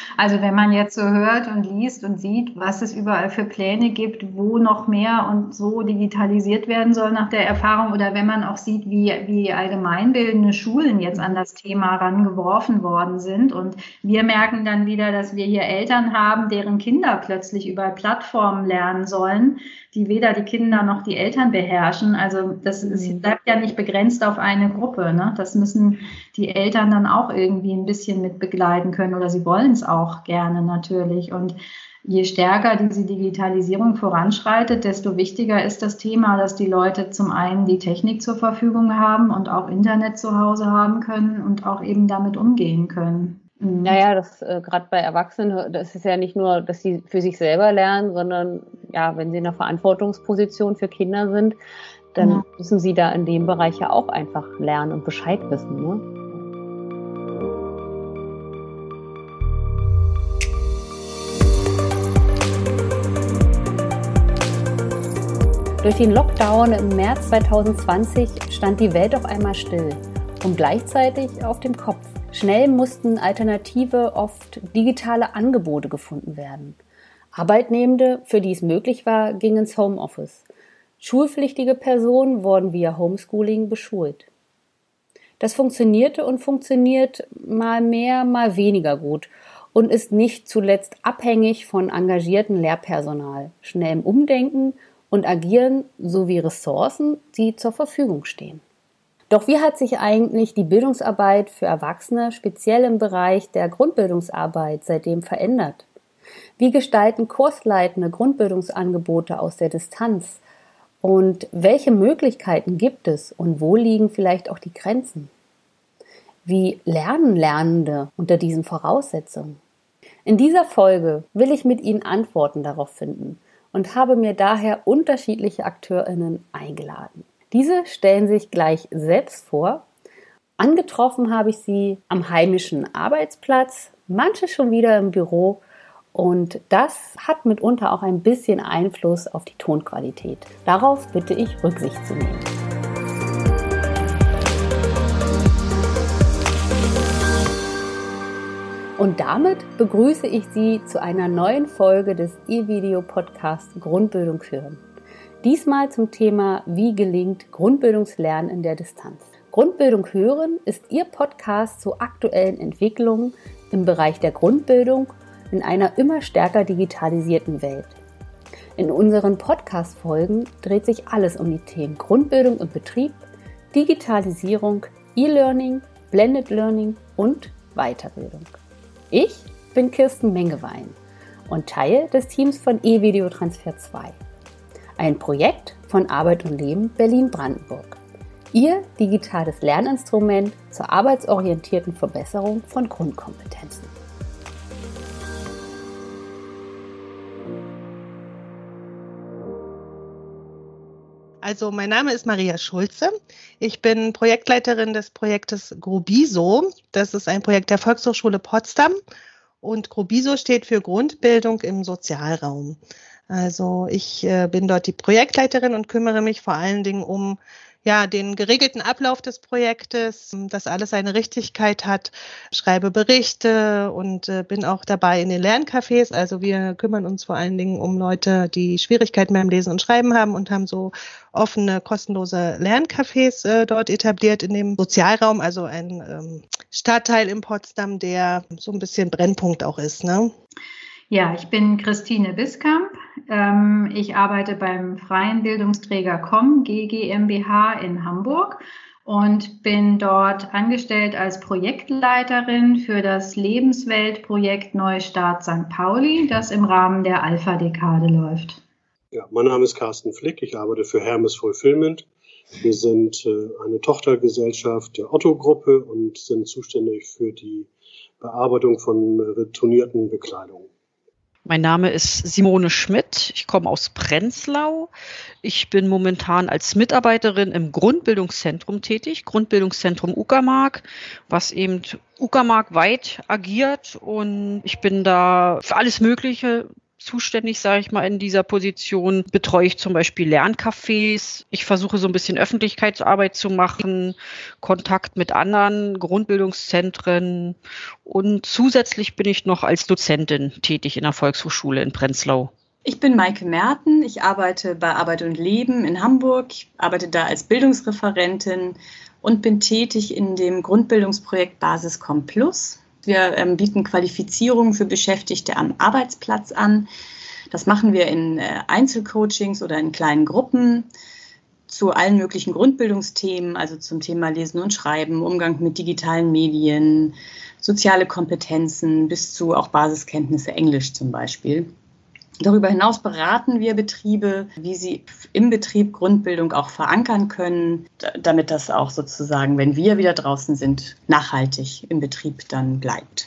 Also wenn man jetzt so hört und liest und sieht, was es überall für Pläne gibt, wo noch mehr und so digitalisiert werden soll nach der Erfahrung, oder wenn man auch sieht, wie allgemeinbildende Schulen jetzt an das Thema rangeworfen worden sind, und wir merken dann wieder, dass wir hier Eltern haben, deren Kinder plötzlich über Plattformen lernen sollen, die weder die Kinder noch die Eltern beherrschen. Also das bleibt ja nicht begrenzt auf eine Gruppe, ne? Das müssen die Eltern dann auch irgendwie ein bisschen mit begleiten können, oder sie wollen es auch gerne natürlich. Und je stärker diese Digitalisierung voranschreitet, desto wichtiger ist das Thema, dass die Leute zum einen die Technik zur Verfügung haben und auch Internet zu Hause haben können und auch eben damit umgehen können. Naja, das gerade bei Erwachsenen, das ist ja nicht nur, dass sie für sich selber lernen, sondern ja, wenn sie in einer Verantwortungsposition für Kinder sind, dann müssen sie da in dem Bereich ja auch einfach lernen und Bescheid wissen, ne? Durch den Lockdown im März 2020 stand die Welt auf einmal still und gleichzeitig auf dem Kopf. Schnell mussten alternative, oft digitale Angebote gefunden werden. Arbeitnehmende, für die es möglich war, gingen ins Homeoffice. Schulpflichtige Personen wurden via Homeschooling beschult. Das funktionierte und funktioniert mal mehr, mal weniger gut und ist nicht zuletzt abhängig von engagiertem Lehrpersonal, schnellem Umdenken und Agieren sowie Ressourcen, die zur Verfügung stehen. Doch wie hat sich eigentlich die Bildungsarbeit für Erwachsene, speziell im Bereich der Grundbildungsarbeit, seitdem verändert? Wie gestalten kursleitende Grundbildungsangebote aus der Distanz? Und welche Möglichkeiten gibt es und wo liegen vielleicht auch die Grenzen? Wie lernen Lernende unter diesen Voraussetzungen? In dieser Folge will ich mit Ihnen Antworten darauf finden und habe mir daher unterschiedliche AkteurInnen eingeladen. Diese stellen sich gleich selbst vor. Angetroffen habe ich sie am heimischen Arbeitsplatz, manche schon wieder im Büro, und das hat mitunter auch ein bisschen Einfluss auf die Tonqualität. Darauf bitte ich Rücksicht zu nehmen. Und damit begrüße ich Sie zu einer neuen Folge des E-Video-Podcasts Grundbildung hören. Diesmal zum Thema, wie gelingt Grundbildungslernen in der Distanz. Grundbildung hören ist Ihr Podcast zu aktuellen Entwicklungen im Bereich der Grundbildung in einer immer stärker digitalisierten Welt. In unseren Podcast-Folgen dreht sich alles um die Themen Grundbildung und Betrieb, Digitalisierung, E-Learning, Blended Learning und Weiterbildung. Ich bin Kirsten Mengewein und Teil des Teams von E-Video Transfer 2. Ein Projekt von Arbeit und Leben Berlin-Brandenburg. Ihr digitales Lerninstrument zur arbeitsorientierten Verbesserung von Grundkompetenzen. Also mein Name ist Maria Schulze. Ich bin Projektleiterin des Projektes Grobiso. Das ist ein Projekt der Volkshochschule Potsdam. Und Grobiso steht für Grundbildung im Sozialraum. Also ich bin dort die Projektleiterin und kümmere mich vor allen Dingen um den geregelten Ablauf des Projektes, dass alles seine Richtigkeit hat, schreibe Berichte und bin auch dabei in den Lerncafés. Also wir kümmern uns vor allen Dingen um Leute, die Schwierigkeiten beim Lesen und Schreiben haben und haben so offene, kostenlose Lerncafés dort etabliert in dem Sozialraum, also ein Stadtteil in Potsdam, der so ein bisschen Brennpunkt auch ist, ne? Ja, ich bin Christine Biskamp. Ich arbeite beim Freien Bildungsträger COM GmbH in Hamburg und bin dort angestellt als Projektleiterin für das Lebensweltprojekt Neustart St. Pauli, das im Rahmen der Alpha-Dekade läuft. Ja, mein Name ist Carsten Flick. Ich arbeite für Hermes Fulfillment. Wir sind eine Tochtergesellschaft der Otto-Gruppe und sind zuständig für die Bearbeitung von retournierten Bekleidungen. Mein Name ist Simone Schmidt, ich komme aus Prenzlau. Ich bin momentan als Mitarbeiterin im Grundbildungszentrum tätig, Grundbildungszentrum Uckermark, was eben Uckermark weit agiert, und ich bin da für alles Mögliche zuständig, sage ich mal, in dieser Position. Betreue ich zum Beispiel Lerncafés. Ich versuche so ein bisschen Öffentlichkeitsarbeit zu machen, Kontakt mit anderen Grundbildungszentren und zusätzlich bin ich noch als Dozentin tätig in der Volkshochschule in Prenzlau. Ich bin Maike Merten, ich arbeite bei Arbeit und Leben in Hamburg, ich arbeite da als Bildungsreferentin und bin tätig in dem Grundbildungsprojekt Basiscom Plus. Wir bieten Qualifizierung für Beschäftigte am Arbeitsplatz an. Das machen wir in Einzelcoachings oder in kleinen Gruppen zu allen möglichen Grundbildungsthemen, also zum Thema Lesen und Schreiben, Umgang mit digitalen Medien, soziale Kompetenzen bis zu auch Basiskenntnisse Englisch zum Beispiel. Darüber hinaus beraten wir Betriebe, wie sie im Betrieb Grundbildung auch verankern können, damit das auch sozusagen, wenn wir wieder draußen sind, nachhaltig im Betrieb dann bleibt.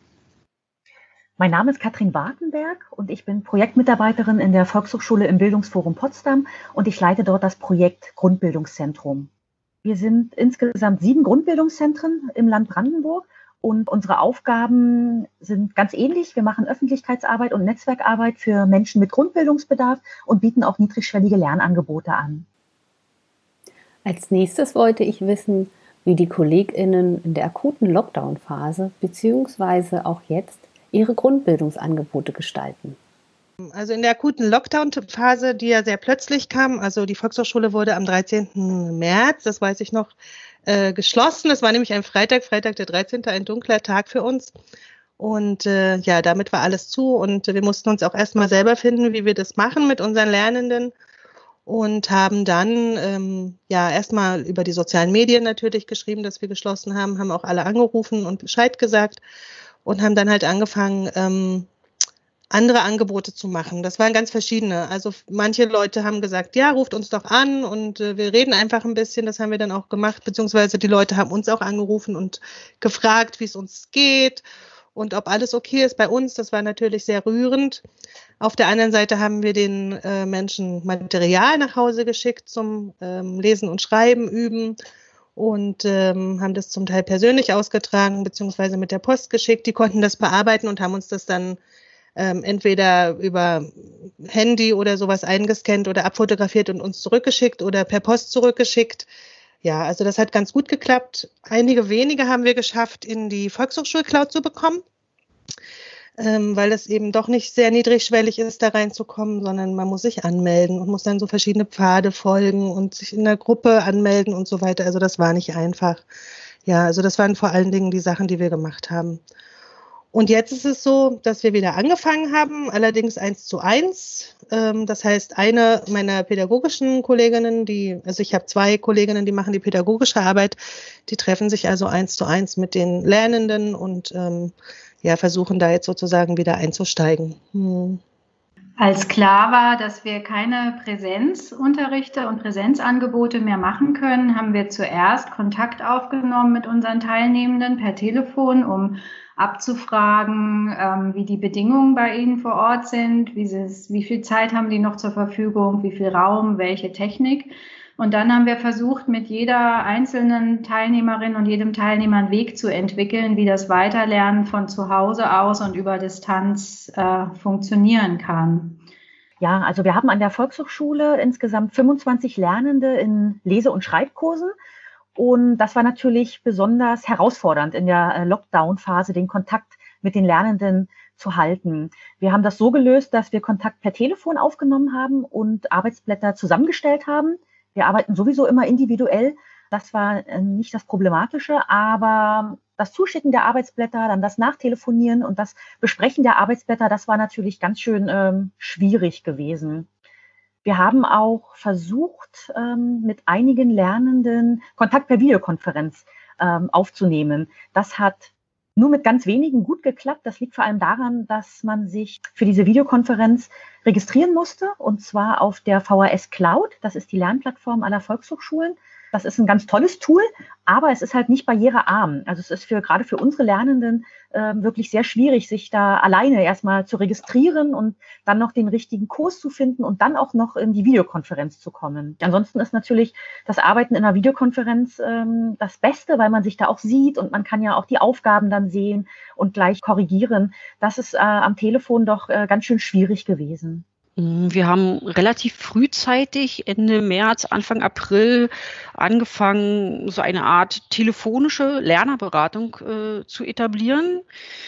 Mein Name ist Katrin Wartenberg und ich bin Projektmitarbeiterin in der Volkshochschule im Bildungsforum Potsdam und ich leite dort das Projekt Grundbildungszentrum. Wir sind insgesamt 7 Grundbildungszentren im Land Brandenburg. Und unsere Aufgaben sind ganz ähnlich. Wir machen Öffentlichkeitsarbeit und Netzwerkarbeit für Menschen mit Grundbildungsbedarf und bieten auch niedrigschwellige Lernangebote an. Als nächstes wollte ich wissen, wie die KollegInnen in der akuten Lockdown-Phase bzw. auch jetzt ihre Grundbildungsangebote gestalten. Also in der akuten Lockdown-Phase, die ja sehr plötzlich kam, also die Volkshochschule wurde am 13. März, das weiß ich noch, geschlossen. Das war nämlich ein Freitag der 13., ein dunkler Tag für uns. Und damit war alles zu und wir mussten uns auch erstmal selber finden, wie wir das machen mit unseren Lernenden und haben dann erstmal über die sozialen Medien natürlich geschrieben, dass wir geschlossen haben auch alle angerufen und Bescheid gesagt und haben dann halt angefangen, andere Angebote zu machen. Das waren ganz verschiedene. Also manche Leute haben gesagt, ja, ruft uns doch an und wir reden einfach ein bisschen. Das haben wir dann auch gemacht, beziehungsweise die Leute haben uns auch angerufen und gefragt, wie es uns geht und ob alles okay ist bei uns. Das war natürlich sehr rührend. Auf der anderen Seite haben wir den Menschen Material nach Hause geschickt zum Lesen und Schreiben üben und haben das zum Teil persönlich ausgetragen, beziehungsweise mit der Post geschickt. Die konnten das bearbeiten und haben uns das dann entweder über Handy oder sowas eingescannt oder abfotografiert und uns zurückgeschickt oder per Post zurückgeschickt. Ja, also das hat ganz gut geklappt. Einige wenige haben wir geschafft, in die Volkshochschul-Cloud zu bekommen, weil es eben doch nicht sehr niedrigschwellig ist, da reinzukommen, sondern man muss sich anmelden und muss dann so verschiedene Pfade folgen und sich in der Gruppe anmelden und so weiter. Also das war nicht einfach. Ja, also das waren vor allen Dingen die Sachen, die wir gemacht haben. Und jetzt ist es so, dass wir wieder angefangen haben, allerdings 1:1. Das heißt, eine meiner pädagogischen Kolleginnen, ich habe 2 Kolleginnen, die machen die pädagogische Arbeit, die treffen sich also 1:1 mit den Lernenden und versuchen da jetzt sozusagen wieder einzusteigen. Als klar war, dass wir keine Präsenzunterrichte und Präsenzangebote mehr machen können, haben wir zuerst Kontakt aufgenommen mit unseren Teilnehmenden per Telefon, um abzufragen, wie die Bedingungen bei ihnen vor Ort sind, wie viel Zeit haben die noch zur Verfügung, wie viel Raum, welche Technik. Und dann haben wir versucht, mit jeder einzelnen Teilnehmerin und jedem Teilnehmer einen Weg zu entwickeln, wie das Weiterlernen von zu Hause aus und über Distanz funktionieren kann. Ja, also wir haben an der Volkshochschule insgesamt 25 Lernende in Lese- und Schreibkursen. Und das war natürlich besonders herausfordernd in der Lockdown-Phase, den Kontakt mit den Lernenden zu halten. Wir haben das so gelöst, dass wir Kontakt per Telefon aufgenommen haben und Arbeitsblätter zusammengestellt haben. Wir arbeiten sowieso immer individuell. Das war nicht das Problematische, aber das Zuschicken der Arbeitsblätter, dann das Nachtelefonieren und das Besprechen der Arbeitsblätter, das war natürlich ganz schön schwierig gewesen. Wir haben auch versucht, mit einigen Lernenden Kontakt per Videokonferenz aufzunehmen. Das hat nur mit ganz wenigen gut geklappt. Das liegt vor allem daran, dass man sich für diese Videokonferenz registrieren musste, und zwar auf der VHS Cloud. Das ist die Lernplattform aller Volkshochschulen. Das ist ein ganz tolles Tool, aber es ist halt nicht barrierearm. Also es ist gerade für unsere Lernenden wirklich sehr schwierig, sich da alleine erstmal zu registrieren und dann noch den richtigen Kurs zu finden und dann auch noch in die Videokonferenz zu kommen. Ansonsten ist natürlich das Arbeiten in einer Videokonferenz das Beste, weil man sich da auch sieht und man kann ja auch die Aufgaben dann sehen und gleich korrigieren. Das ist am Telefon doch ganz schön schwierig gewesen. Wir haben relativ frühzeitig, Ende März, Anfang April, angefangen, so eine Art telefonische Lernerberatung zu etablieren.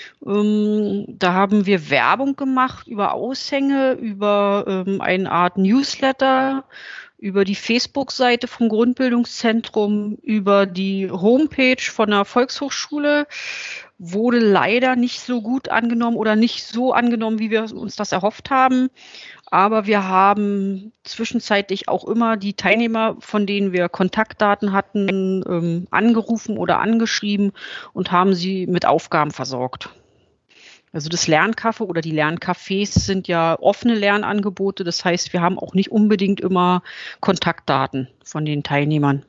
Da haben wir Werbung gemacht über Aushänge, über eine Art Newsletter, über die Facebook-Seite vom Grundbildungszentrum, über die Homepage von der Volkshochschule. Wurde leider nicht so gut angenommen oder nicht so angenommen, wie wir uns das erhofft haben. Aber wir haben zwischenzeitlich auch immer die Teilnehmer, von denen wir Kontaktdaten hatten, angerufen oder angeschrieben und haben sie mit Aufgaben versorgt. Also das Lerncafé oder die Lerncafés sind ja offene Lernangebote. Das heißt, wir haben auch nicht unbedingt immer Kontaktdaten von den Teilnehmern.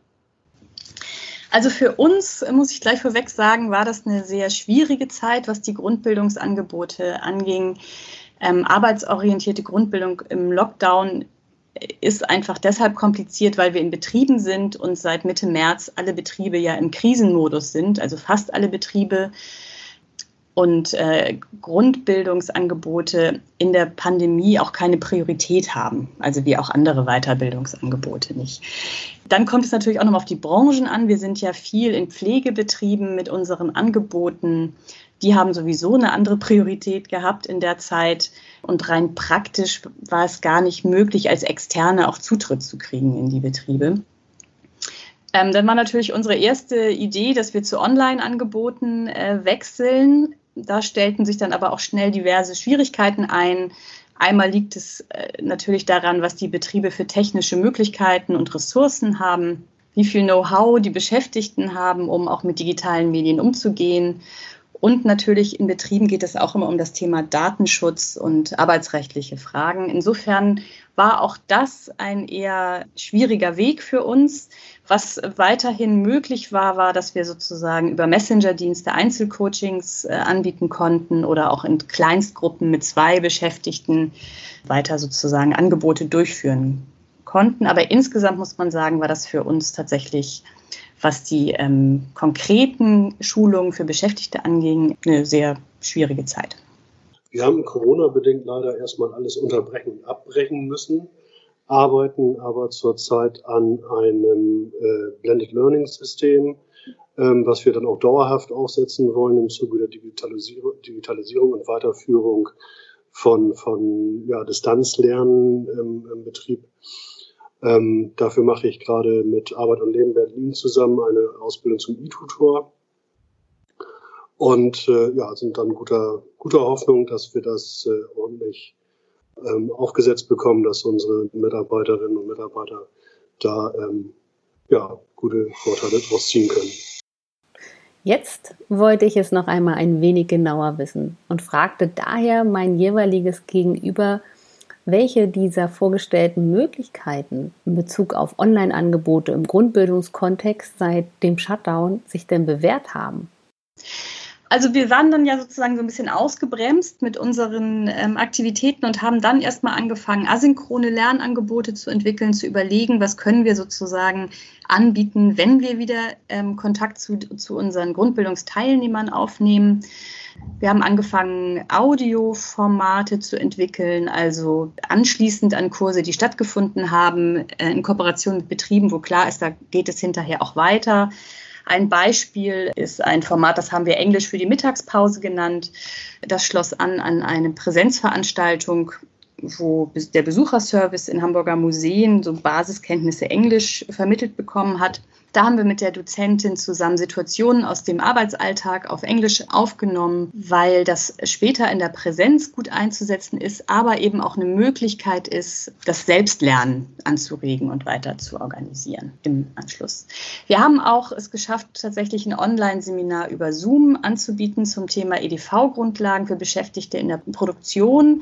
Also für uns, muss ich gleich vorweg sagen, war das eine sehr schwierige Zeit, was die Grundbildungsangebote anging. Arbeitsorientierte Grundbildung im Lockdown ist einfach deshalb kompliziert, weil wir in Betrieben sind und seit Mitte März alle Betriebe ja im Krisenmodus sind, also fast alle Betriebe. Und Grundbildungsangebote in der Pandemie auch keine Priorität haben, also wie auch andere Weiterbildungsangebote nicht. Dann kommt es natürlich auch noch auf die Branchen an. Wir sind ja viel in Pflegebetrieben mit unseren Angeboten. Die haben sowieso eine andere Priorität gehabt in der Zeit. Und rein praktisch war es gar nicht möglich, als Externe auch Zutritt zu kriegen in die Betriebe. Dann war natürlich unsere erste Idee, dass wir zu Online-Angeboten wechseln. Da stellten sich dann aber auch schnell diverse Schwierigkeiten ein. Einmal liegt es natürlich daran, was die Betriebe für technische Möglichkeiten und Ressourcen haben, wie viel Know-how die Beschäftigten haben, um auch mit digitalen Medien umzugehen. Und natürlich in Betrieben geht es auch immer um das Thema Datenschutz und arbeitsrechtliche Fragen. Insofern war auch das ein eher schwieriger Weg für uns. Was weiterhin möglich war, war, dass wir sozusagen über Messenger-Dienste Einzelcoachings anbieten konnten oder auch in Kleinstgruppen mit 2 Beschäftigten weiter sozusagen Angebote durchführen konnten. Aber insgesamt muss man sagen, war das für uns tatsächlich, was die konkreten Schulungen für Beschäftigte anging, eine sehr schwierige Zeit. Wir haben Corona-bedingt leider erstmal alles unterbrechen und abbrechen müssen, arbeiten aber zurzeit an einem Blended Learning-System, was wir dann auch dauerhaft aufsetzen wollen im Zuge der Digitalisierung und Weiterführung von Distanzlernen im Betrieb. Dafür mache ich gerade mit Arbeit und Leben Berlin zusammen eine Ausbildung zum E-Tutor und sind dann guter Hoffnung, dass wir das ordentlich aufgesetzt bekommen, dass unsere Mitarbeiterinnen und Mitarbeiter da gute Vorteile draus ziehen können. Jetzt wollte ich es noch einmal ein wenig genauer wissen und fragte daher mein jeweiliges Gegenüber, welche dieser vorgestellten Möglichkeiten in Bezug auf Online-Angebote im Grundbildungskontext seit dem Shutdown sich denn bewährt haben? Also wir waren dann ja sozusagen so ein bisschen ausgebremst mit unseren Aktivitäten und haben dann erstmal angefangen, asynchrone Lernangebote zu entwickeln, zu überlegen, was können wir sozusagen anbieten, wenn wir wieder Kontakt zu unseren Grundbildungsteilnehmern aufnehmen. Wir haben angefangen, Audioformate zu entwickeln, also anschließend an Kurse, die stattgefunden haben, in Kooperation mit Betrieben, wo klar ist, da geht es hinterher auch weiter. Ein Beispiel ist ein Format, das haben wir Englisch für die Mittagspause genannt. Das schloss an eine Präsenzveranstaltung, wo der Besucherservice in Hamburger Museen so Basiskenntnisse Englisch vermittelt bekommen hat. Da haben wir mit der Dozentin zusammen Situationen aus dem Arbeitsalltag auf Englisch aufgenommen, weil das später in der Präsenz gut einzusetzen ist, aber eben auch eine Möglichkeit ist, das Selbstlernen anzuregen und weiter zu organisieren im Anschluss. Wir haben auch es geschafft, tatsächlich ein Online-Seminar über Zoom anzubieten zum Thema EDV-Grundlagen für Beschäftigte in der Produktion.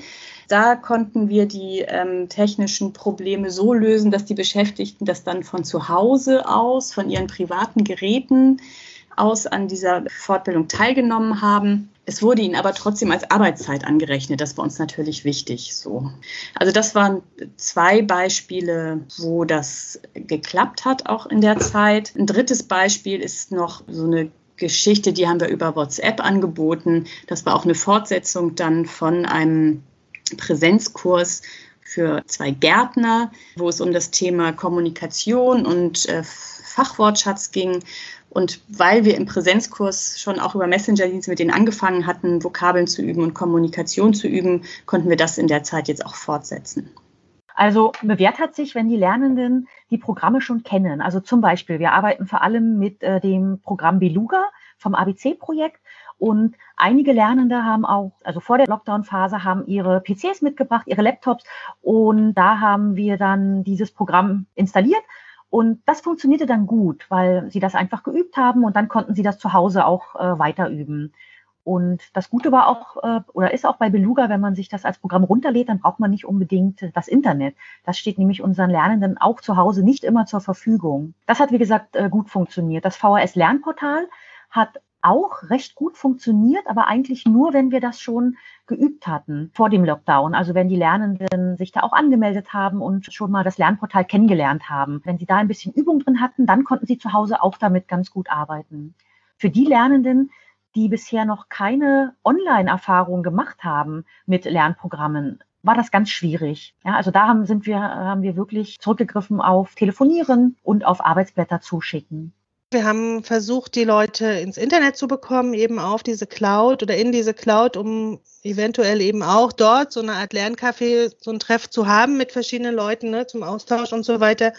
Da konnten wir die technischen Probleme so lösen, dass die Beschäftigten das dann von zu Hause aus, von ihren privaten Geräten aus an dieser Fortbildung teilgenommen haben. Es wurde ihnen aber trotzdem als Arbeitszeit angerechnet. Das war uns natürlich wichtig. So. Also das waren 2 Beispiele, wo das geklappt hat, auch in der Zeit. Ein drittes Beispiel ist noch so eine Geschichte, die haben wir über WhatsApp angeboten. Das war auch eine Fortsetzung dann von einem Präsenzkurs für 2 Gärtner, wo es um das Thema Kommunikation und Fachwortschatz ging. Und weil wir im Präsenzkurs schon auch über Messenger-Dienste mit denen angefangen hatten, Vokabeln zu üben und Kommunikation zu üben, konnten wir das in der Zeit jetzt auch fortsetzen. Also bewährt hat sich, wenn die Lernenden die Programme schon kennen. Also zum Beispiel, wir arbeiten vor allem mit dem Programm Beluga vom ABC-Projekt. Und einige Lernende haben auch, also vor der Lockdown-Phase, haben ihre PCs mitgebracht, ihre Laptops. Und da haben wir dann dieses Programm installiert. Und das funktionierte dann gut, weil sie das einfach geübt haben und dann konnten sie das zu Hause auch weiter üben. Und das Gute war auch, oder ist auch bei Beluga, wenn man sich das als Programm runterlädt, dann braucht man nicht unbedingt das Internet. Das steht nämlich unseren Lernenden auch zu Hause nicht immer zur Verfügung. Das hat, wie gesagt, gut funktioniert. Das VHS-Lernportal hat auch recht gut funktioniert, aber eigentlich nur, wenn wir das schon geübt hatten vor dem Lockdown. Also wenn die Lernenden sich da auch angemeldet haben und schon mal das Lernportal kennengelernt haben. Wenn sie da ein bisschen Übung drin hatten, dann konnten sie zu Hause auch damit ganz gut arbeiten. Für die Lernenden, die bisher noch keine Online-Erfahrung gemacht haben mit Lernprogrammen, war das ganz schwierig. Ja, also da haben wir wirklich zurückgegriffen auf Telefonieren und auf Arbeitsblätter zuschicken. Wir haben versucht, die Leute ins Internet zu bekommen, eben auf diese Cloud oder in diese Cloud, um eventuell eben auch dort so eine Art Lerncafé, so ein Treff zu haben mit verschiedenen Leuten, ne, zum Austausch und so weiter.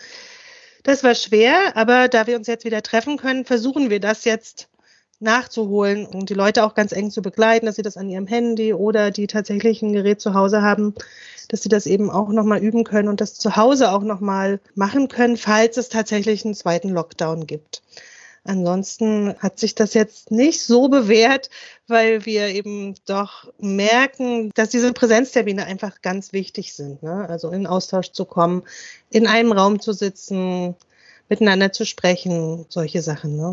Das war schwer, aber da wir uns jetzt wieder treffen können, versuchen wir das jetzt nachzuholen und die Leute auch ganz eng zu begleiten, dass sie das an ihrem Handy oder die tatsächlich ein Gerät zu Hause haben, dass sie das eben auch nochmal üben können und das zu Hause auch nochmal machen können, falls es tatsächlich einen 2. Lockdown gibt. Ansonsten hat sich das jetzt nicht so bewährt, weil wir eben doch merken, dass diese Präsenztermine einfach ganz wichtig sind, ne? Also in Austausch zu kommen, in einem Raum zu sitzen, miteinander zu sprechen, solche Sachen, ne?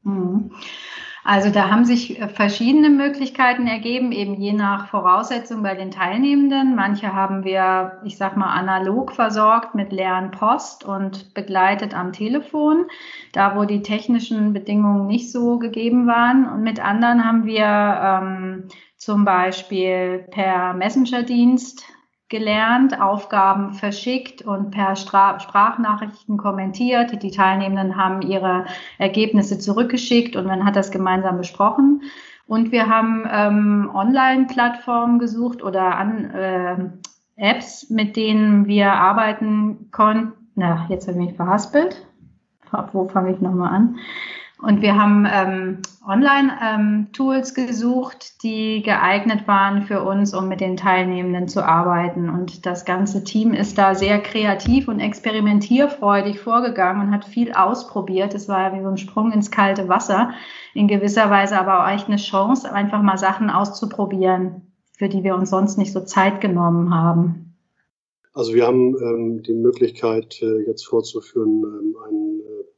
Also da haben sich verschiedene Möglichkeiten ergeben, eben je nach Voraussetzung bei den Teilnehmenden. Manche haben wir, ich sag mal, analog versorgt mit Lernpost und begleitet am Telefon, da wo die technischen Bedingungen nicht so gegeben waren. Und mit anderen haben wir zum Beispiel per Messenger-Dienst gelernt, Aufgaben verschickt und per Sprachnachrichten kommentiert. Die Teilnehmenden haben ihre Ergebnisse zurückgeschickt und man hat das gemeinsam besprochen. Und wir haben Online-Plattformen gesucht oder Apps, mit denen wir arbeiten konnten. Na, jetzt habe ich mich verhaspelt. Wo fange ich nochmal an? Und wir haben Online-Tools gesucht, die geeignet waren für uns, um mit den Teilnehmenden zu arbeiten. Und das ganze Team ist da sehr kreativ und experimentierfreudig vorgegangen und hat viel ausprobiert. Es war ja wie so ein Sprung ins kalte Wasser, in gewisser Weise aber auch echt eine Chance, einfach mal Sachen auszuprobieren, für die wir uns sonst nicht so Zeit genommen haben. Also wir haben die Möglichkeit, jetzt vorzuführen, ein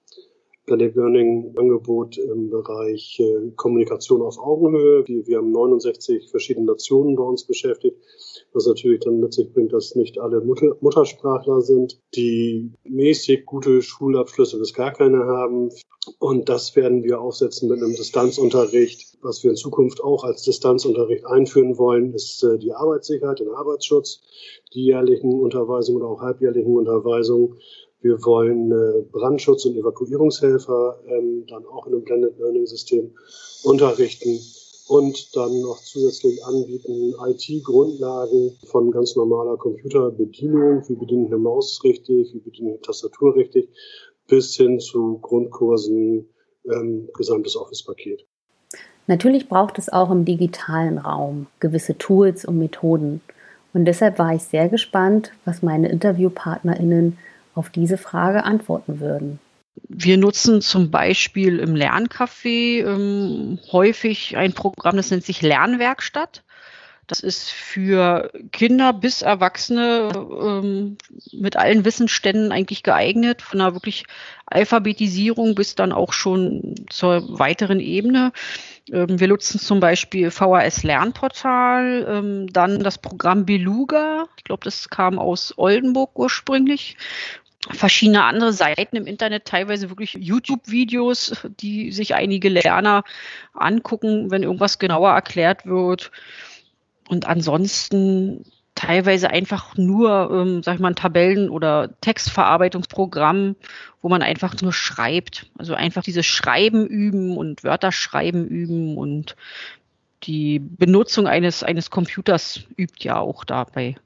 Blended Learning Angebot im Bereich Kommunikation auf Augenhöhe. Wir haben 69 verschiedene Nationen bei uns beschäftigt, was natürlich dann mit sich bringt, dass nicht alle Muttersprachler sind, die mäßig gute Schulabschlüsse bis gar keine haben. Und das werden wir aufsetzen mit einem Distanzunterricht. Was wir in Zukunft auch als Distanzunterricht einführen wollen, ist die Arbeitssicherheit, den Arbeitsschutz, die jährlichen Unterweisungen oder auch halbjährlichen Unterweisungen. Wir wollen Brandschutz- und Evakuierungshelfer dann auch in einem Blended Learning System unterrichten und dann noch zusätzlich anbieten IT-Grundlagen von ganz normaler Computerbedienung, wie bediene ich eine Maus richtig, wie bediene ich eine Tastatur richtig, bis hin zu Grundkursen, gesamtes Office-Paket. Natürlich braucht es auch im digitalen Raum gewisse Tools und Methoden. Und deshalb war ich sehr gespannt, was meine InterviewpartnerInnen auf diese Frage antworten würden. Wir nutzen zum Beispiel im Lerncafé häufig ein Programm, das nennt sich Lernwerkstatt. Das ist für Kinder bis Erwachsene mit allen Wissensständen eigentlich geeignet, von einer wirklich Alphabetisierung bis dann auch schon zur weiteren Ebene. Wir nutzen zum Beispiel VHS Lernportal, dann das Programm Beluga. Ich glaube, das kam aus Oldenburg ursprünglich. Verschiedene andere Seiten im Internet, teilweise wirklich YouTube-Videos, die sich einige Lerner angucken, wenn irgendwas genauer erklärt wird. Und ansonsten teilweise einfach nur, sag ich mal, ein Tabellen- oder Textverarbeitungsprogramm, wo man einfach nur schreibt. Also einfach dieses Schreiben üben und Wörter schreiben üben und die Benutzung eines Computers übt ja auch dabei.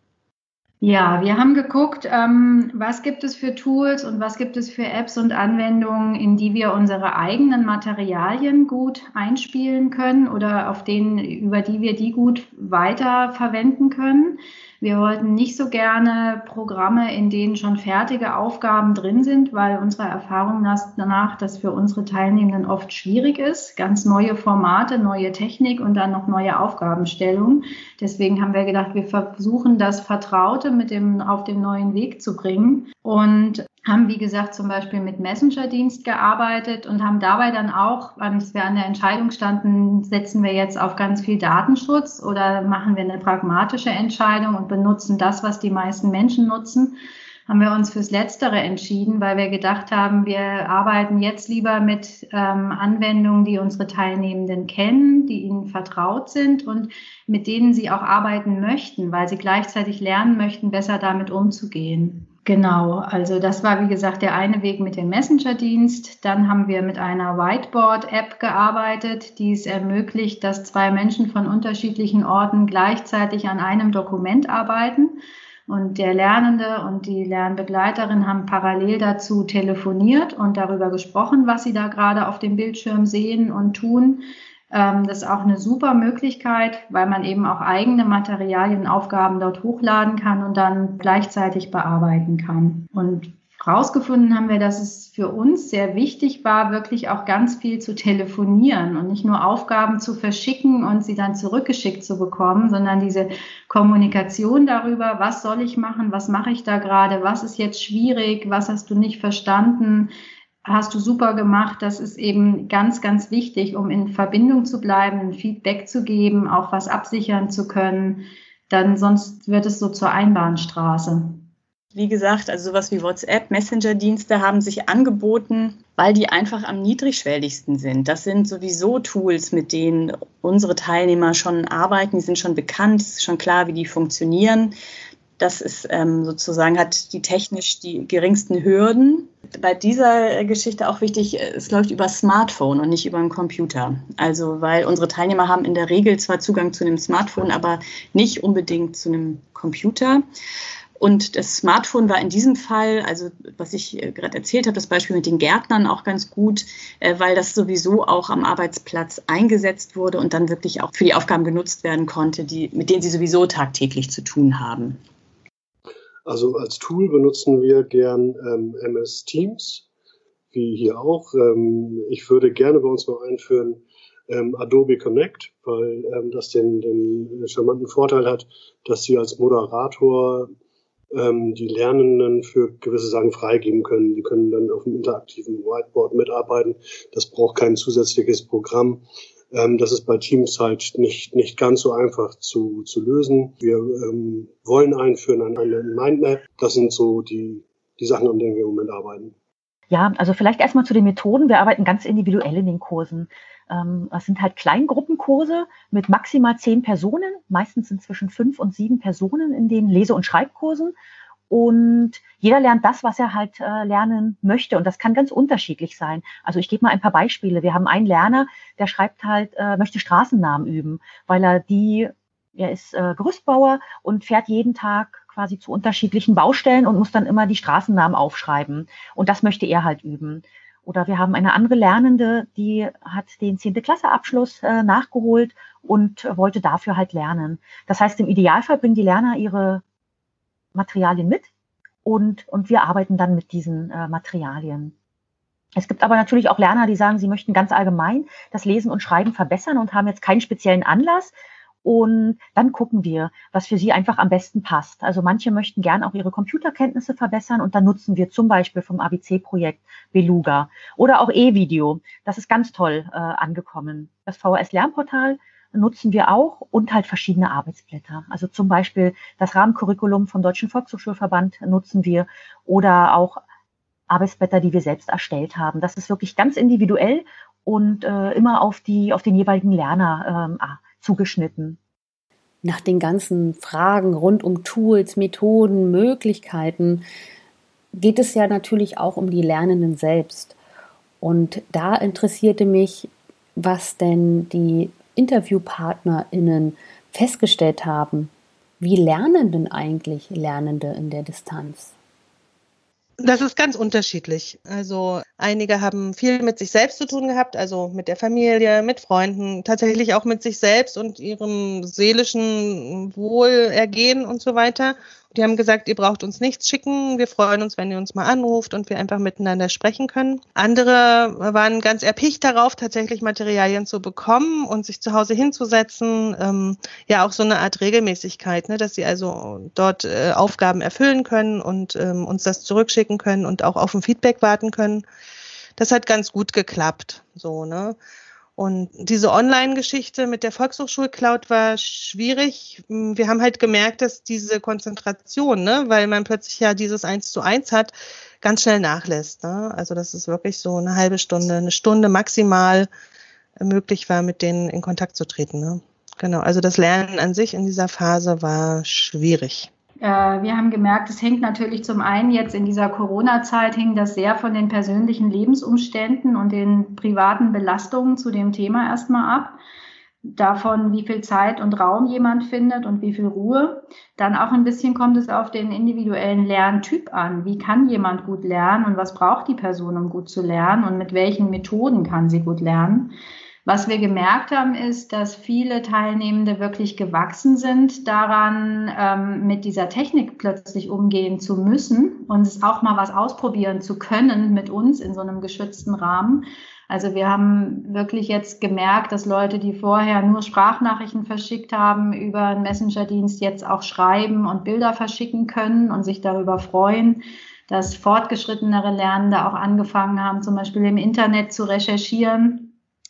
Ja, wir haben geguckt, was gibt es für Tools und was gibt es für Apps und Anwendungen, in die wir unsere eigenen Materialien gut einspielen können oder über die wir die gut weiter verwenden können. Wir wollten nicht so gerne Programme, in denen schon fertige Aufgaben drin sind, weil unserer Erfahrung nach das für unsere Teilnehmenden oft schwierig ist. Ganz neue Formate, neue Technik und dann noch neue Aufgabenstellungen. Deswegen haben wir gedacht, wir versuchen das Vertraute auf den neuen Weg zu bringen und haben, wie gesagt, zum Beispiel mit Messenger-Dienst gearbeitet und haben dabei dann auch, als wir an der Entscheidung standen, setzen wir jetzt auf ganz viel Datenschutz oder machen wir eine pragmatische Entscheidung und benutzen das, was die meisten Menschen nutzen, haben wir uns fürs Letztere entschieden, weil wir gedacht haben, wir arbeiten jetzt lieber mit Anwendungen, die unsere Teilnehmenden kennen, die ihnen vertraut sind und mit denen sie auch arbeiten möchten, weil sie gleichzeitig lernen möchten, besser damit umzugehen. Genau, also das war, wie gesagt, der eine Weg mit dem Messenger-Dienst. Dann haben wir mit einer Whiteboard-App gearbeitet, die es ermöglicht, dass zwei Menschen von unterschiedlichen Orten gleichzeitig an einem Dokument arbeiten. Und der Lernende und die Lernbegleiterin haben parallel dazu telefoniert und darüber gesprochen, was sie da gerade auf dem Bildschirm sehen und tun. Das ist auch eine super Möglichkeit, weil man eben auch eigene Materialien und Aufgaben dort hochladen kann und dann gleichzeitig bearbeiten kann. Und rausgefunden haben wir, dass es für uns sehr wichtig war, wirklich auch ganz viel zu telefonieren und nicht nur Aufgaben zu verschicken und sie dann zurückgeschickt zu bekommen, sondern diese Kommunikation darüber, was soll ich machen, was mache ich da gerade, was ist jetzt schwierig, was hast du nicht verstanden, hast du super gemacht. Das ist eben ganz, ganz wichtig, um in Verbindung zu bleiben, ein Feedback zu geben, auch was absichern zu können. Dann sonst wird es so zur Einbahnstraße. Wie gesagt, also sowas wie WhatsApp, Messenger-Dienste haben sich angeboten, weil die einfach am niedrigschwelligsten sind. Das sind sowieso Tools, mit denen unsere Teilnehmer schon arbeiten. Die sind schon bekannt, es ist schon klar, wie die funktionieren. Das ist sozusagen, hat die technisch die geringsten Hürden. Bei dieser Geschichte auch wichtig, es läuft über Smartphone und nicht über einen Computer. Also, weil unsere Teilnehmer haben in der Regel zwar Zugang zu einem Smartphone, aber nicht unbedingt zu einem Computer. Und das Smartphone war in diesem Fall, also was ich gerade erzählt habe, das Beispiel mit den Gärtnern auch ganz gut, weil das sowieso auch am Arbeitsplatz eingesetzt wurde und dann wirklich auch für die Aufgaben genutzt werden konnte, mit denen sie sowieso tagtäglich zu tun haben. Also als Tool benutzen wir gern MS Teams, wie hier auch. Ich würde gerne bei uns noch einführen Adobe Connect, weil das den charmanten Vorteil hat, dass Sie als Moderator die Lernenden für gewisse Sachen freigeben können. Die können dann auf dem interaktiven Whiteboard mitarbeiten. Das braucht kein zusätzliches Programm. Das ist bei Teams halt nicht ganz so einfach zu lösen. Wir wollen einführen eine Mindmap. Das sind so die Sachen, an denen wir im Moment arbeiten. Ja, also vielleicht erstmal zu den Methoden. Wir arbeiten ganz individuell in den Kursen. Das sind halt Kleingruppenkurse mit maximal 10 Personen. Meistens sind zwischen 5 und 7 Personen in den Lese- und Schreibkursen. Und jeder lernt das, was er halt lernen möchte. Und das kann ganz unterschiedlich sein. Also ich gebe mal ein paar Beispiele. Wir haben einen Lerner, der schreibt halt, möchte Straßennamen üben, weil er ist Gerüstbauer und fährt jeden Tag quasi zu unterschiedlichen Baustellen und muss dann immer die Straßennamen aufschreiben. Und das möchte er halt üben. Oder wir haben eine andere Lernende, die hat den 10. Klasse-Abschluss nachgeholt und wollte dafür halt lernen. Das heißt, im Idealfall bringen die Lerner ihre Materialien mit und wir arbeiten dann mit diesen Materialien. Es gibt aber natürlich auch Lerner, die sagen, sie möchten ganz allgemein das Lesen und Schreiben verbessern und haben jetzt keinen speziellen Anlass. Und dann gucken wir, was für sie einfach am besten passt. Also manche möchten gern auch ihre Computerkenntnisse verbessern und dann nutzen wir zum Beispiel vom ABC-Projekt Beluga oder auch E-Video. Das ist ganz toll angekommen. Das VHS-Lernportal nutzen wir auch und halt verschiedene Arbeitsblätter. Also zum Beispiel das Rahmencurriculum vom Deutschen Volkshochschulverband nutzen wir oder auch Arbeitsblätter, die wir selbst erstellt haben. Das ist wirklich ganz individuell und immer auf den jeweiligen Lerner zugeschnitten. Nach den ganzen Fragen rund um Tools, Methoden, Möglichkeiten geht es ja natürlich auch um die Lernenden selbst. Und da interessierte mich, was denn die InterviewpartnerInnen festgestellt haben. Wie lernen denn eigentlich Lernende in der Distanz? Das ist ganz unterschiedlich. Also einige haben viel mit sich selbst zu tun gehabt, also mit der Familie, mit Freunden, tatsächlich auch mit sich selbst und ihrem seelischen Wohlergehen und so weiter. Die haben gesagt, ihr braucht uns nichts schicken, wir freuen uns, wenn ihr uns mal anruft und wir einfach miteinander sprechen können. Andere waren ganz erpicht darauf, tatsächlich Materialien zu bekommen und sich zu Hause hinzusetzen. Ja, auch so eine Art Regelmäßigkeit, ne, dass sie also dort Aufgaben erfüllen können und uns das zurückschicken können und auch auf ein Feedback warten können. Das hat ganz gut geklappt, so, ne. Und diese Online-Geschichte mit der Volkshochschul-Cloud war schwierig. Wir haben halt gemerkt, dass diese Konzentration, ne, weil man plötzlich ja dieses 1:1 hat, ganz schnell nachlässt, ne? Also dass es wirklich so eine halbe Stunde, eine Stunde maximal möglich war, mit denen in Kontakt zu treten, ne? Genau, also das Lernen an sich in dieser Phase war schwierig. Wir haben gemerkt, es hängt natürlich zum einen jetzt in dieser Corona-Zeit, hing das sehr von den persönlichen Lebensumständen und den privaten Belastungen zu dem Thema erstmal ab. Davon, wie viel Zeit und Raum jemand findet und wie viel Ruhe. Dann auch ein bisschen kommt es auf den individuellen Lerntyp an. Wie kann jemand gut lernen und was braucht die Person, um gut zu lernen und mit welchen Methoden kann sie gut lernen? Was wir gemerkt haben, ist, dass viele Teilnehmende wirklich gewachsen sind daran, mit dieser Technik plötzlich umgehen zu müssen und es auch mal was ausprobieren zu können mit uns in so einem geschützten Rahmen. Also wir haben wirklich jetzt gemerkt, dass Leute, die vorher nur Sprachnachrichten verschickt haben, über einen Messenger-Dienst jetzt auch schreiben und Bilder verschicken können und sich darüber freuen, dass fortgeschrittenere Lernende auch angefangen haben, zum Beispiel im Internet zu recherchieren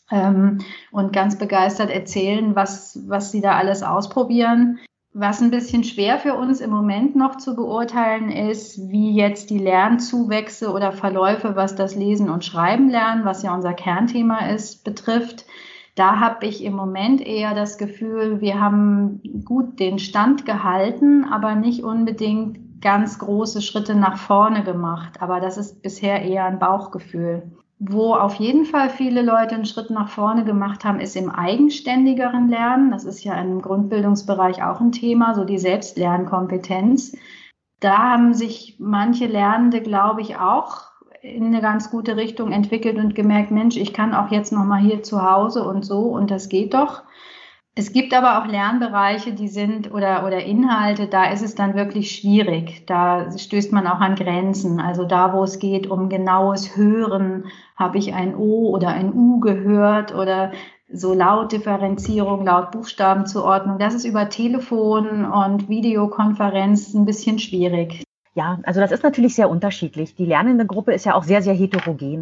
und ganz begeistert erzählen, was sie da alles ausprobieren. Was ein bisschen schwer für uns im Moment noch zu beurteilen ist, wie jetzt die Lernzuwächse oder Verläufe, was das Lesen und Schreiben lernen, was ja unser Kernthema ist, betrifft. Da habe ich im Moment eher das Gefühl, wir haben gut den Stand gehalten, aber nicht unbedingt ganz große Schritte nach vorne gemacht. Aber das ist bisher eher ein Bauchgefühl. Wo auf jeden Fall viele Leute einen Schritt nach vorne gemacht haben, ist im eigenständigeren Lernen. Das ist ja im Grundbildungsbereich auch ein Thema, so die Selbstlernkompetenz. Da haben sich manche Lernende, glaube ich, auch in eine ganz gute Richtung entwickelt und gemerkt, Mensch, ich kann auch jetzt noch mal hier zu Hause und so und das geht doch. Es gibt aber auch Lernbereiche, die sind oder Inhalte, da ist es dann wirklich schwierig. Da stößt man auch an Grenzen. Also da, wo es geht um genaues Hören, habe ich ein O oder ein U gehört oder so Lautdifferenzierung, Lautbuchstabenzuordnung. Das ist über Telefon und Videokonferenz ein bisschen schwierig. Ja, also das ist natürlich sehr unterschiedlich. Die lernende Gruppe ist ja auch sehr, sehr heterogen.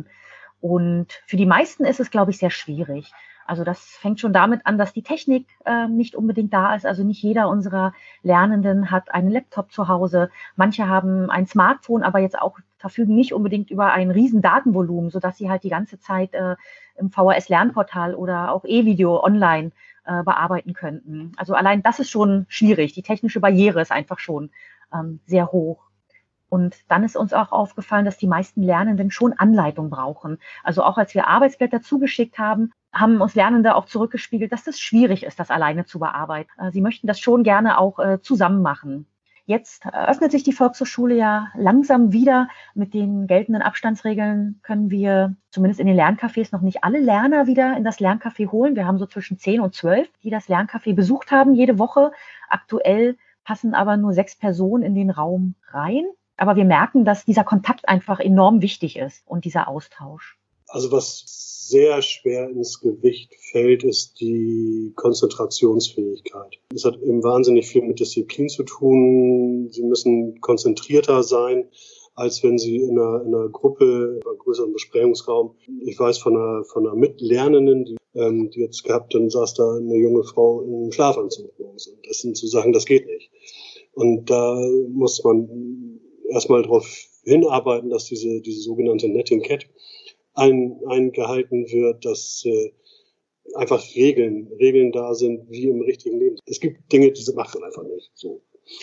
Und für die meisten ist es, glaube ich, sehr schwierig. Also das fängt schon damit an, dass die Technik nicht unbedingt da ist. Also nicht jeder unserer Lernenden hat einen Laptop zu Hause. Manche haben ein Smartphone, aber jetzt auch verfügen nicht unbedingt über ein riesen Datenvolumen, sodass sie halt die ganze Zeit im VHS-Lernportal oder auch E-Video online bearbeiten könnten. Also allein das ist schon schwierig. Die technische Barriere ist einfach schon sehr hoch. Und dann ist uns auch aufgefallen, dass die meisten Lernenden schon Anleitung brauchen. Also auch als wir Arbeitsblätter zugeschickt haben, haben uns Lernende auch zurückgespiegelt, dass es schwierig ist, das alleine zu bearbeiten. Sie möchten das schon gerne auch zusammen machen. Jetzt öffnet sich die Volkshochschule ja langsam wieder. Mit den geltenden Abstandsregeln können wir zumindest in den Lerncafés noch nicht alle Lerner wieder in das Lerncafé holen. Wir haben so zwischen 10 und 12, die das Lerncafé besucht haben jede Woche. Aktuell passen aber nur 6 Personen in den Raum rein. Aber wir merken, dass dieser Kontakt einfach enorm wichtig ist und dieser Austausch. Also was sehr schwer ins Gewicht fällt, ist die Konzentrationsfähigkeit. Es hat eben wahnsinnig viel mit Disziplin zu tun. Sie müssen konzentrierter sein, als wenn Sie in einer Gruppe, in einem größeren Besprechungsraum. Ich weiß von einer Mitlernenden, die jetzt gehabt, dann saß da eine junge Frau im Schlafanzug. Und das sind so Sachen, das geht nicht. Und da muss man erstmal darauf hinarbeiten, dass diese sogenannte Netiquette eingehalten wird, dass einfach Regeln da sind, wie im richtigen Leben. Es gibt Dinge, die macht man einfach nicht so.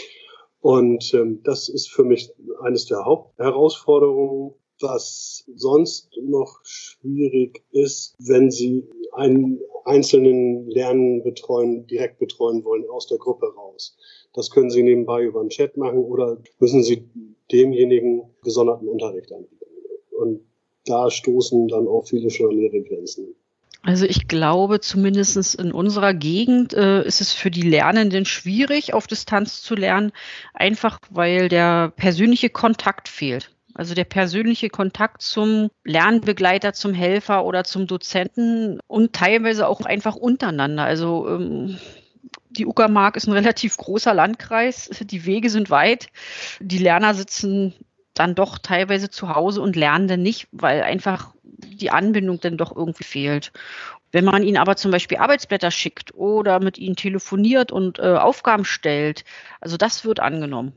Und das ist für mich eines der Hauptherausforderungen. Was sonst noch schwierig ist, wenn Sie einen einzelnen direkt betreuen wollen aus der Gruppe raus. Das können Sie nebenbei über einen Chat machen oder müssen Sie demjenigen gesonderten Unterricht anbieten. Und da stoßen dann auch viele schon an ihre Grenzen. Also ich glaube, zumindest in unserer Gegend ist es für die Lernenden schwierig, auf Distanz zu lernen, einfach weil der persönliche Kontakt fehlt. Also der persönliche Kontakt zum Lernbegleiter, zum Helfer oder zum Dozenten und teilweise auch einfach untereinander. Also die Uckermark ist ein relativ großer Landkreis, die Wege sind weit, die Lerner sitzen dann doch teilweise zu Hause und lernen dann nicht, weil einfach die Anbindung dann doch irgendwie fehlt. Wenn man ihnen aber zum Beispiel Arbeitsblätter schickt oder mit ihnen telefoniert und Aufgaben stellt, also das wird angenommen.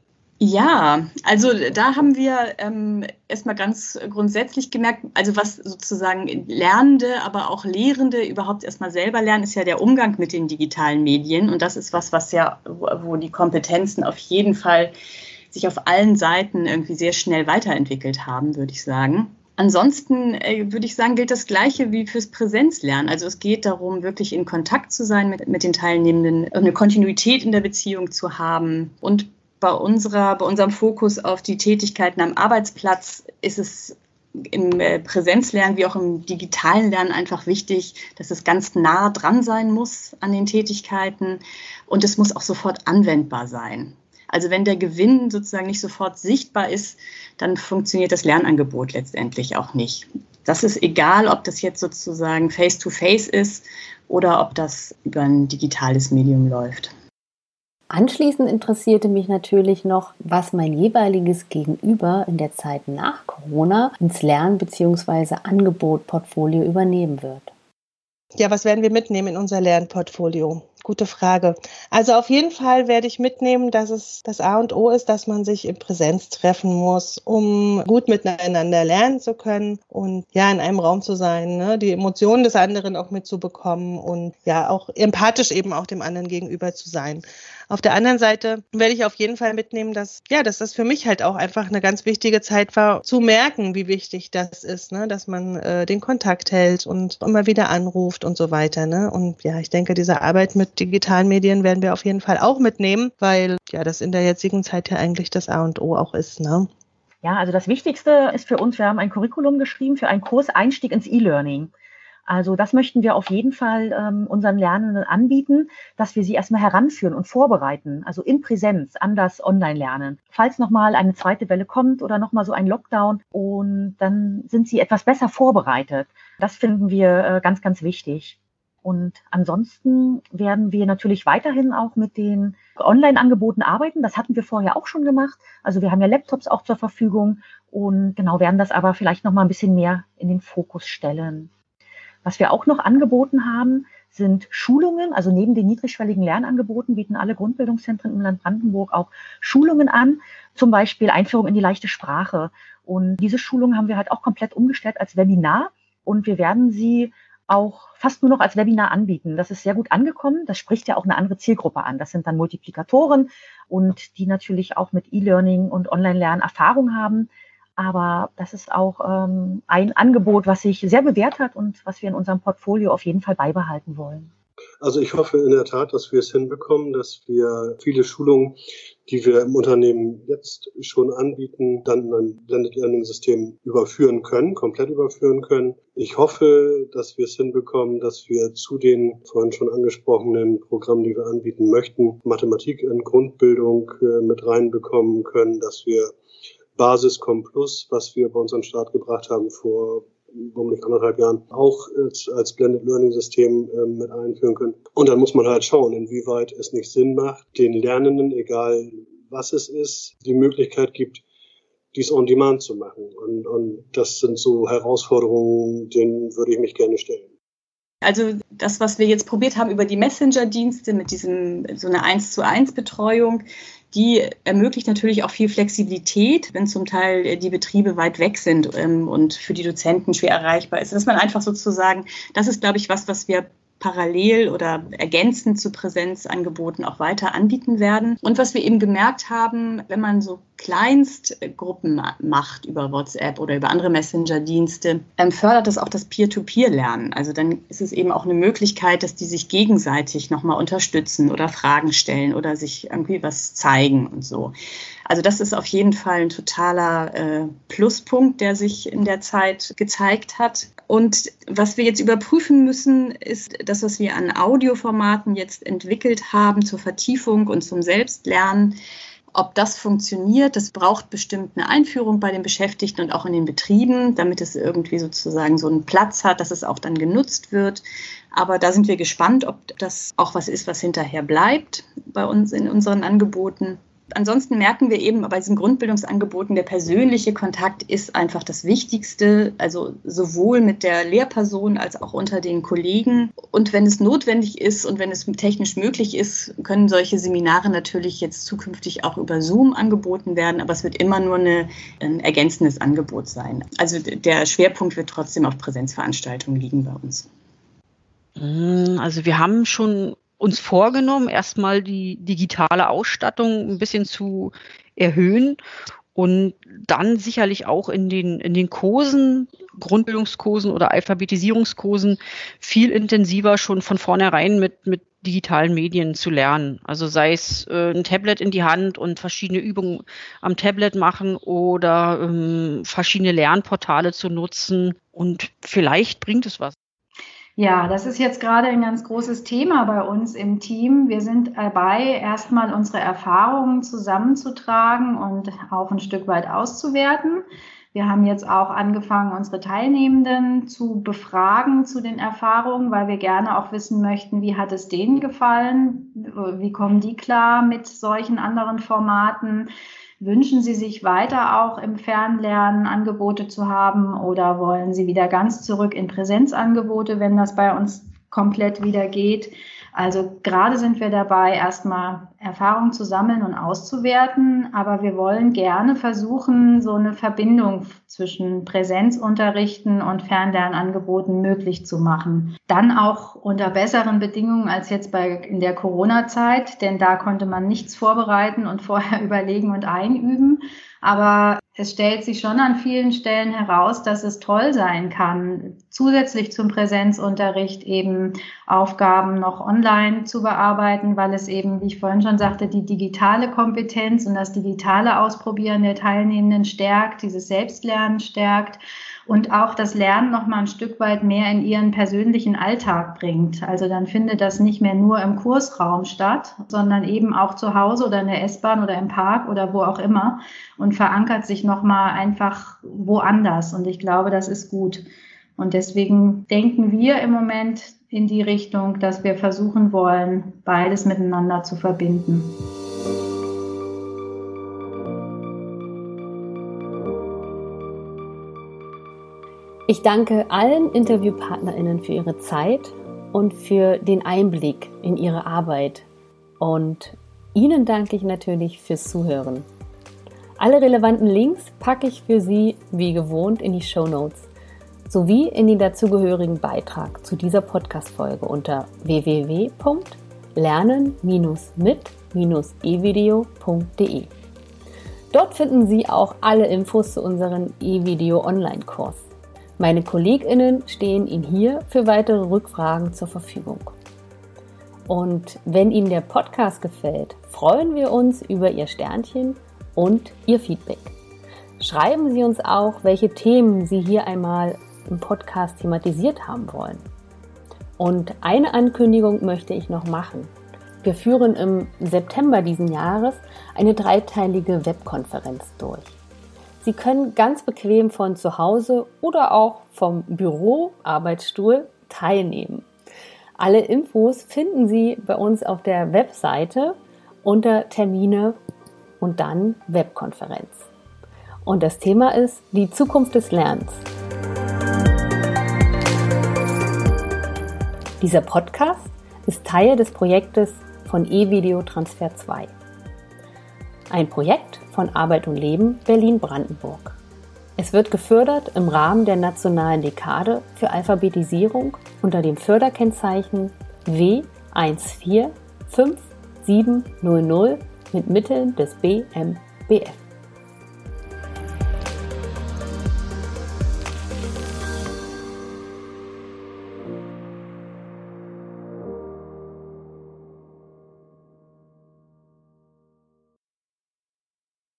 Ja, also da haben wir erstmal ganz grundsätzlich gemerkt, also was sozusagen Lernende, aber auch Lehrende überhaupt erstmal selber lernen, ist ja der Umgang mit den digitalen Medien. Und das ist was ja, wo die Kompetenzen auf jeden Fall sich auf allen Seiten irgendwie sehr schnell weiterentwickelt haben, würde ich sagen. Ansonsten würde ich sagen, gilt das Gleiche wie fürs Präsenzlernen. Also es geht darum, wirklich in Kontakt zu sein mit den Teilnehmenden, eine Kontinuität in der Beziehung zu haben. Und bei unserem Fokus auf die Tätigkeiten am Arbeitsplatz ist es im Präsenzlernen wie auch im digitalen Lernen einfach wichtig, dass es ganz nah dran sein muss an den Tätigkeiten und es muss auch sofort anwendbar sein. Also wenn der Gewinn sozusagen nicht sofort sichtbar ist, dann funktioniert das Lernangebot letztendlich auch nicht. Das ist egal, ob das jetzt sozusagen face-to-face ist oder ob das über ein digitales Medium läuft. Anschließend interessierte mich natürlich noch, was mein jeweiliges Gegenüber in der Zeit nach Corona ins Lern- bzw. Angebot-Portfolio übernehmen wird. Ja, was werden wir mitnehmen in unser Lernportfolio? Gute Frage. Also auf jeden Fall werde ich mitnehmen, dass es das A und O ist, dass man sich in Präsenz treffen muss, um gut miteinander lernen zu können und ja, in einem Raum zu sein, ne? Die Emotionen des anderen auch mitzubekommen und ja, auch empathisch eben auch dem anderen gegenüber zu sein. Auf der anderen Seite werde ich auf jeden Fall mitnehmen, dass das für mich halt auch einfach eine ganz wichtige Zeit war, zu merken, wie wichtig das ist, ne? Dass man den Kontakt hält und immer wieder anruft und so weiter, ne? Und ja, ich denke, diese Arbeit mit digitalen Medien werden wir auf jeden Fall auch mitnehmen, weil ja das in der jetzigen Zeit ja eigentlich das A und O auch ist, ne? Ja, also das Wichtigste ist für uns, wir haben ein Curriculum geschrieben für einen Kurs Einstieg ins E-Learning. Also das möchten wir auf jeden Fall unseren Lernenden anbieten, dass wir sie erstmal heranführen und vorbereiten, also in Präsenz an das Online-Lernen. Falls nochmal eine zweite Welle kommt oder nochmal so ein Lockdown, und dann sind sie etwas besser vorbereitet. Das finden wir ganz, ganz wichtig. Und ansonsten werden wir natürlich weiterhin auch mit den Online-Angeboten arbeiten. Das hatten wir vorher auch schon gemacht. Also wir haben ja Laptops auch zur Verfügung und genau werden das aber vielleicht nochmal ein bisschen mehr in den Fokus stellen. Was wir auch noch angeboten haben, sind Schulungen. Also neben den niedrigschwelligen Lernangeboten bieten alle Grundbildungszentren im Land Brandenburg auch Schulungen an, zum Beispiel Einführung in die leichte Sprache. Und diese Schulungen haben wir halt auch komplett umgestellt als Webinar und wir werden sie auch fast nur noch als Webinar anbieten. Das ist sehr gut angekommen. Das spricht ja auch eine andere Zielgruppe an. Das sind dann Multiplikatoren und die natürlich auch mit E-Learning und Online-Lernen Erfahrung haben. Aber das ist auch ein Angebot, was sich sehr bewährt hat und was wir in unserem Portfolio auf jeden Fall beibehalten wollen. Also ich hoffe in der Tat, dass wir es hinbekommen, dass wir viele Schulungen, die wir im Unternehmen jetzt schon anbieten, dann in ein Blended Learning System komplett überführen können. Ich hoffe, dass wir es hinbekommen, dass wir zu den vorhin schon angesprochenen Programmen, die wir anbieten möchten, Mathematik in Grundbildung mit reinbekommen können, dass wir Basis Com Plus, was wir bei uns an den Start gebracht haben vor bummelig 1,5 Jahren auch als Blended Learning System mit einführen können. Und dann muss man halt schauen, inwieweit es nicht Sinn macht, den Lernenden, egal was es ist, die Möglichkeit gibt, dies on demand zu machen. Und das sind so Herausforderungen, denen würde ich mich gerne stellen. Also das, was wir jetzt probiert haben über die Messenger-Dienste mit so einer 1:1 Betreuung, die ermöglicht natürlich auch viel Flexibilität, wenn zum Teil die Betriebe weit weg sind und für die Dozenten schwer erreichbar ist. Dass man einfach sozusagen, das ist, glaube ich, was wir parallel oder ergänzend zu Präsenzangeboten auch weiter anbieten werden. Und was wir eben gemerkt haben, wenn man so Kleinstgruppen macht über WhatsApp oder über andere Messenger-Dienste, fördert das auch das Peer-to-Peer-Lernen. Also dann ist es eben auch eine Möglichkeit, dass die sich gegenseitig nochmal unterstützen oder Fragen stellen oder sich irgendwie was zeigen und so. Also das ist auf jeden Fall ein totaler Pluspunkt, der sich in der Zeit gezeigt hat. Und was wir jetzt überprüfen müssen, ist das, was wir an Audioformaten jetzt entwickelt haben zur Vertiefung und zum Selbstlernen. Ob das funktioniert, das braucht bestimmt eine Einführung bei den Beschäftigten und auch in den Betrieben, damit es irgendwie sozusagen so einen Platz hat, dass es auch dann genutzt wird. Aber da sind wir gespannt, ob das auch was ist, was hinterher bleibt bei uns in unseren Angeboten. Ansonsten merken wir eben bei diesen Grundbildungsangeboten, der persönliche Kontakt ist einfach das Wichtigste, also sowohl mit der Lehrperson als auch unter den Kollegen. Und wenn es notwendig ist und wenn es technisch möglich ist, können solche Seminare natürlich jetzt zukünftig auch über Zoom angeboten werden, aber es wird immer nur ein ergänzendes Angebot sein. Also der Schwerpunkt wird trotzdem auf Präsenzveranstaltungen liegen bei uns. Also wir haben schon uns vorgenommen, erstmal die digitale Ausstattung ein bisschen zu erhöhen und dann sicherlich auch in den Kursen, Grundbildungskursen oder Alphabetisierungskursen viel intensiver schon von vornherein mit digitalen Medien zu lernen. Also sei es ein Tablet in die Hand und verschiedene Übungen am Tablet machen oder verschiedene Lernportale zu nutzen und vielleicht bringt es was. Ja, das ist jetzt gerade ein ganz großes Thema bei uns im Team. Wir sind dabei, erstmal unsere Erfahrungen zusammenzutragen und auch ein Stück weit auszuwerten. Wir haben jetzt auch angefangen, unsere Teilnehmenden zu befragen zu den Erfahrungen, weil wir gerne auch wissen möchten, wie hat es denen gefallen? Wie kommen die klar mit solchen anderen Formaten? Wünschen Sie sich weiter auch im Fernlernen Angebote zu haben oder wollen Sie wieder ganz zurück in Präsenzangebote, wenn das bei uns komplett wieder geht? Also gerade sind wir dabei, erstmal Erfahrung zu sammeln und auszuwerten, aber wir wollen gerne versuchen, so eine Verbindung zwischen Präsenzunterrichten und Fernlernangeboten möglich zu machen. Dann auch unter besseren Bedingungen als jetzt in der Corona-Zeit, denn da konnte man nichts vorbereiten und vorher überlegen und einüben. Aber es stellt sich schon an vielen Stellen heraus, dass es toll sein kann, zusätzlich zum Präsenzunterricht eben Aufgaben noch online zu bearbeiten, weil es eben, wie ich vorhin schon sagte, die digitale Kompetenz und das digitale Ausprobieren der Teilnehmenden stärkt, dieses Selbstlernen stärkt und auch das Lernen noch mal ein Stück weit mehr in ihren persönlichen Alltag bringt. Also dann findet das nicht mehr nur im Kursraum statt, sondern eben auch zu Hause oder in der S-Bahn oder im Park oder wo auch immer und verankert sich noch mal einfach woanders. Und ich glaube, das ist gut. Und deswegen denken wir im Moment in die Richtung, dass wir versuchen wollen, beides miteinander zu verbinden. Ich danke allen InterviewpartnerInnen für ihre Zeit und für den Einblick in ihre Arbeit. Und Ihnen danke ich natürlich fürs Zuhören. Alle relevanten Links packe ich für Sie wie gewohnt in die Shownotes sowie in den dazugehörigen Beitrag zu dieser Podcast-Folge unter www.lernen-mit-evideo.de. Dort finden Sie auch alle Infos zu unserem eVideo-Online-Kurs. Meine KollegInnen stehen Ihnen hier für weitere Rückfragen zur Verfügung. Und wenn Ihnen der Podcast gefällt, freuen wir uns über Ihr Sternchen und Ihr Feedback. Schreiben Sie uns auch, welche Themen Sie hier einmal im Podcast thematisiert haben wollen. Und eine Ankündigung möchte ich noch machen. Wir führen im September diesen Jahres eine 3-teilige Webkonferenz durch. Sie können ganz bequem von zu Hause oder auch vom Büro, Arbeitsstuhl teilnehmen. Alle Infos finden Sie bei uns auf der Webseite unter Termine und dann Webkonferenz. Und das Thema ist die Zukunft des Lernens. Dieser Podcast ist Teil des Projektes von eVideo Transfer 2. Ein Projekt von Arbeit und Leben Berlin-Brandenburg. Es wird gefördert im Rahmen der Nationalen Dekade für Alphabetisierung unter dem Förderkennzeichen W1457000 mit Mitteln des BMBF.